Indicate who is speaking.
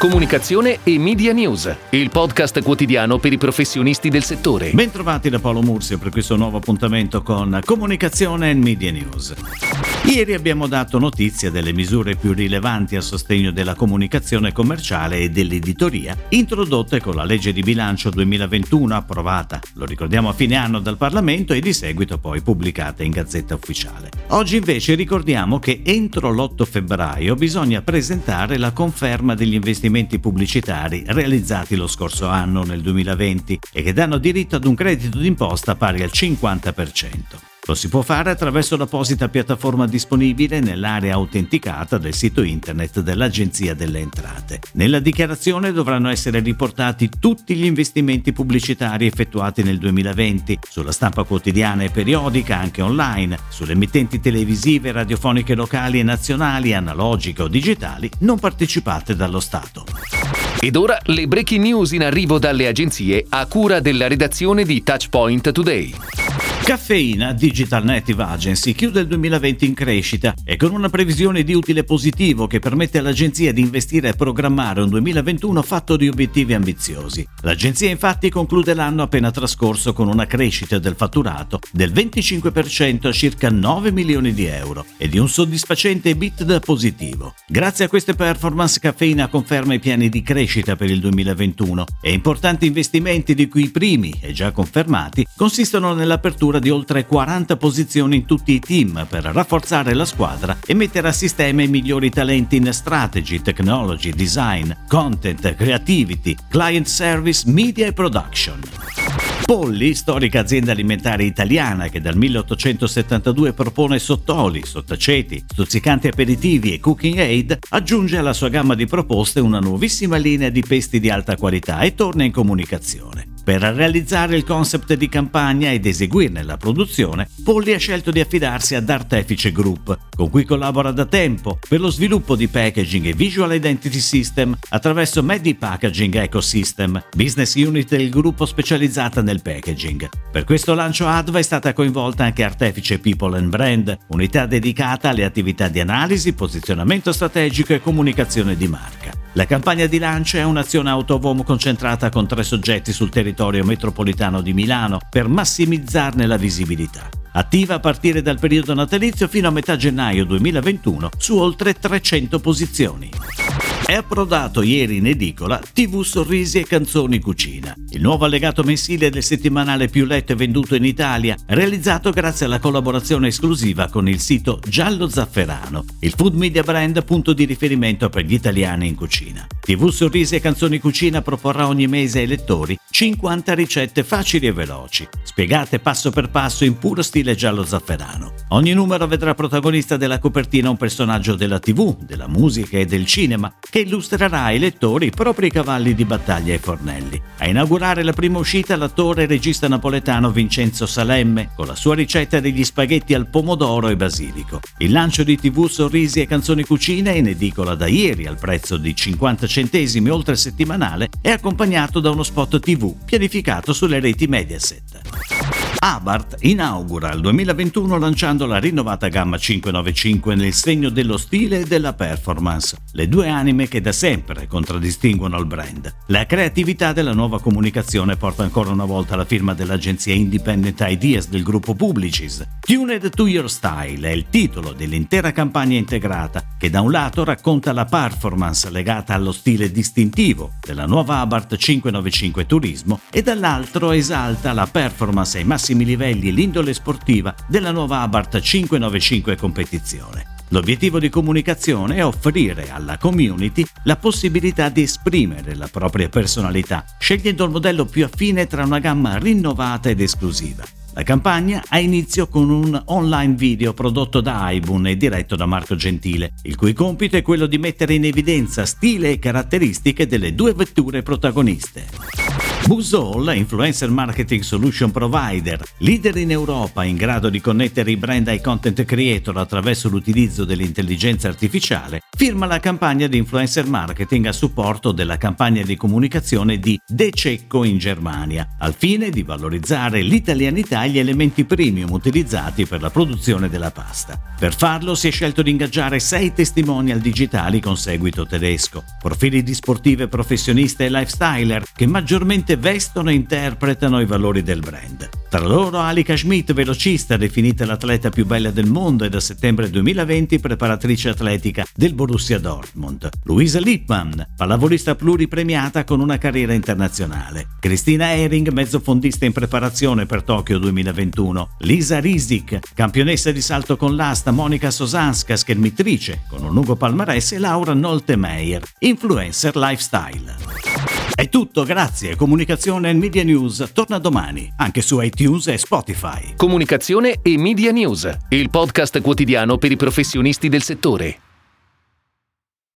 Speaker 1: comunicazione e media news, il podcast quotidiano per i professionisti del settore.
Speaker 2: Bentrovati da Paolo Murzio per questo nuovo appuntamento con Comunicazione e Media News. Ieri abbiamo dato notizia delle misure più rilevanti a sostegno della comunicazione commerciale e dell'editoria, introdotte con la legge di bilancio 2021 approvata, lo ricordiamo a fine anno dal Parlamento e di seguito poi pubblicata in Gazzetta Ufficiale. Oggi invece ricordiamo che entro l'8 febbraio bisogna presentare la conferma degli investimenti pubblicitari realizzati lo scorso anno nel 2020 e che danno diritto ad un credito d'imposta pari al 50%. Lo si può fare attraverso l'apposita piattaforma disponibile nell'area autenticata del sito internet dell'Agenzia delle Entrate. Nella dichiarazione dovranno essere riportati tutti gli investimenti pubblicitari effettuati nel 2020, sulla stampa quotidiana e periodica, anche online, sulle emittenti televisive, radiofoniche locali e nazionali, analogiche o digitali, non partecipate dallo Stato.
Speaker 1: Ed ora le breaking news in arrivo dalle agenzie a cura della redazione di Touchpoint Today.
Speaker 2: Caffeina Digital Native Agency chiude il 2020 in crescita e con una previsione di utile positivo che permette all'agenzia di investire e programmare un 2021 fatto di obiettivi ambiziosi. L'agenzia infatti conclude l'anno appena trascorso con una crescita del fatturato del 25% a circa 9 milioni di euro e di un soddisfacente EBITDA positivo. Grazie a queste performance Caffeina conferma i piani di crescita per il 2021 e importanti investimenti di cui i primi, e già confermati, consistono nell'apertura di oltre 40 posizioni in tutti i team per rafforzare la squadra e mettere a sistema i migliori talenti in strategy, technology, design, content, creativity, client service, media e production. Polly, storica azienda alimentare italiana che dal 1872 propone sottoli, sottaceti, stuzzicanti aperitivi e cooking aid, aggiunge alla sua gamma di proposte una nuovissima linea di pesti di alta qualità e torna in comunicazione. Per realizzare il concept di campagna ed eseguirne la produzione, Polly ha scelto di affidarsi ad Artefice Group, con cui collabora da tempo per lo sviluppo di packaging e visual identity system attraverso Medi Packaging Ecosystem, business unit del gruppo specializzata nel packaging. Per questo lancio ADVA è stata coinvolta anche Artefice People and Brand, unità dedicata alle attività di analisi, posizionamento strategico e comunicazione di marca. La campagna di lancio è un'azione out-of-home concentrata con 3 soggetti sul territorio metropolitano di Milano per massimizzarne la visibilità. Attiva a partire dal periodo natalizio fino a metà gennaio 2021 su oltre 300 posizioni. È approdato ieri in edicola TV Sorrisi e Canzoni Cucina, il nuovo allegato mensile del settimanale più letto e venduto in Italia, realizzato grazie alla collaborazione esclusiva con il sito Giallo Zafferano, il food media brand punto di riferimento per gli italiani in cucina. TV Sorrisi e Canzoni Cucina proporrà ogni mese ai lettori 50 ricette facili e veloci, spiegate passo per passo in puro stile Giallo Zafferano. Ogni numero vedrà protagonista della copertina un personaggio della TV, della musica e del cinema, che illustrerà ai lettori i propri cavalli di battaglia e fornelli. A inaugurare la prima uscita l'attore e regista napoletano Vincenzo Salemme con la sua ricetta degli spaghetti al pomodoro e basilico. Il lancio di TV Sorrisi e Canzoni Cucina in edicola da ieri al prezzo di 50 centesimi oltre settimanale è accompagnato da uno spot TV pianificato sulle reti Mediaset. Abarth inaugura il 2021 lanciando la rinnovata gamma 595 nel segno dello stile e della performance, le due anime che da sempre contraddistinguono il brand. La creatività della nuova comunicazione porta ancora una volta la firma dell'agenzia Independent Ideas del gruppo Publicis. Tuned to Your Style è il titolo dell'intera campagna integrata che da un lato racconta la performance legata allo stile distintivo della nuova Abarth 595 Turismo e dall'altro esalta la performance ai massimi livelli e l'indole sportiva della nuova Abarth 595 Competizione. L'obiettivo di comunicazione è offrire alla community la possibilità di esprimere la propria personalità, scegliendo il modello più affine tra una gamma rinnovata ed esclusiva. La campagna ha inizio con un online video prodotto da iBoon e diretto da Marco Gentile, il cui compito è quello di mettere in evidenza stile e caratteristiche delle due vetture protagoniste. Buzol, influencer marketing solution provider, leader in Europa in grado di connettere i brand ai content creator attraverso l'utilizzo dell'intelligenza artificiale, firma la campagna di influencer marketing a supporto della campagna di comunicazione di De Cecco in Germania, al fine di valorizzare l'italianità e gli elementi premium utilizzati per la produzione della pasta. Per farlo si è scelto di ingaggiare 6 testimonial digitali con seguito tedesco, profili di sportive professioniste e lifestyler che maggiormente vestono e interpretano i valori del brand. Tra loro Alika Schmidt, velocista definita l'atleta più bella del mondo e da settembre 2020 preparatrice atletica del Borussia Dortmund. Luisa Lippmann, pallavolista pluripremiata con una carriera internazionale. Cristina Ehring, mezzofondista in preparazione per Tokyo 2021. Lisa Risic, campionessa di salto con l'asta. Monica Sosanska, schermitrice con un lungo palmarès. E Laura Nolte-Meyer, influencer lifestyle. È tutto, grazie. Comunicazione e Media News torna domani, anche su iTunes e Spotify.
Speaker 1: Comunicazione e Media News, il podcast quotidiano per i professionisti del settore.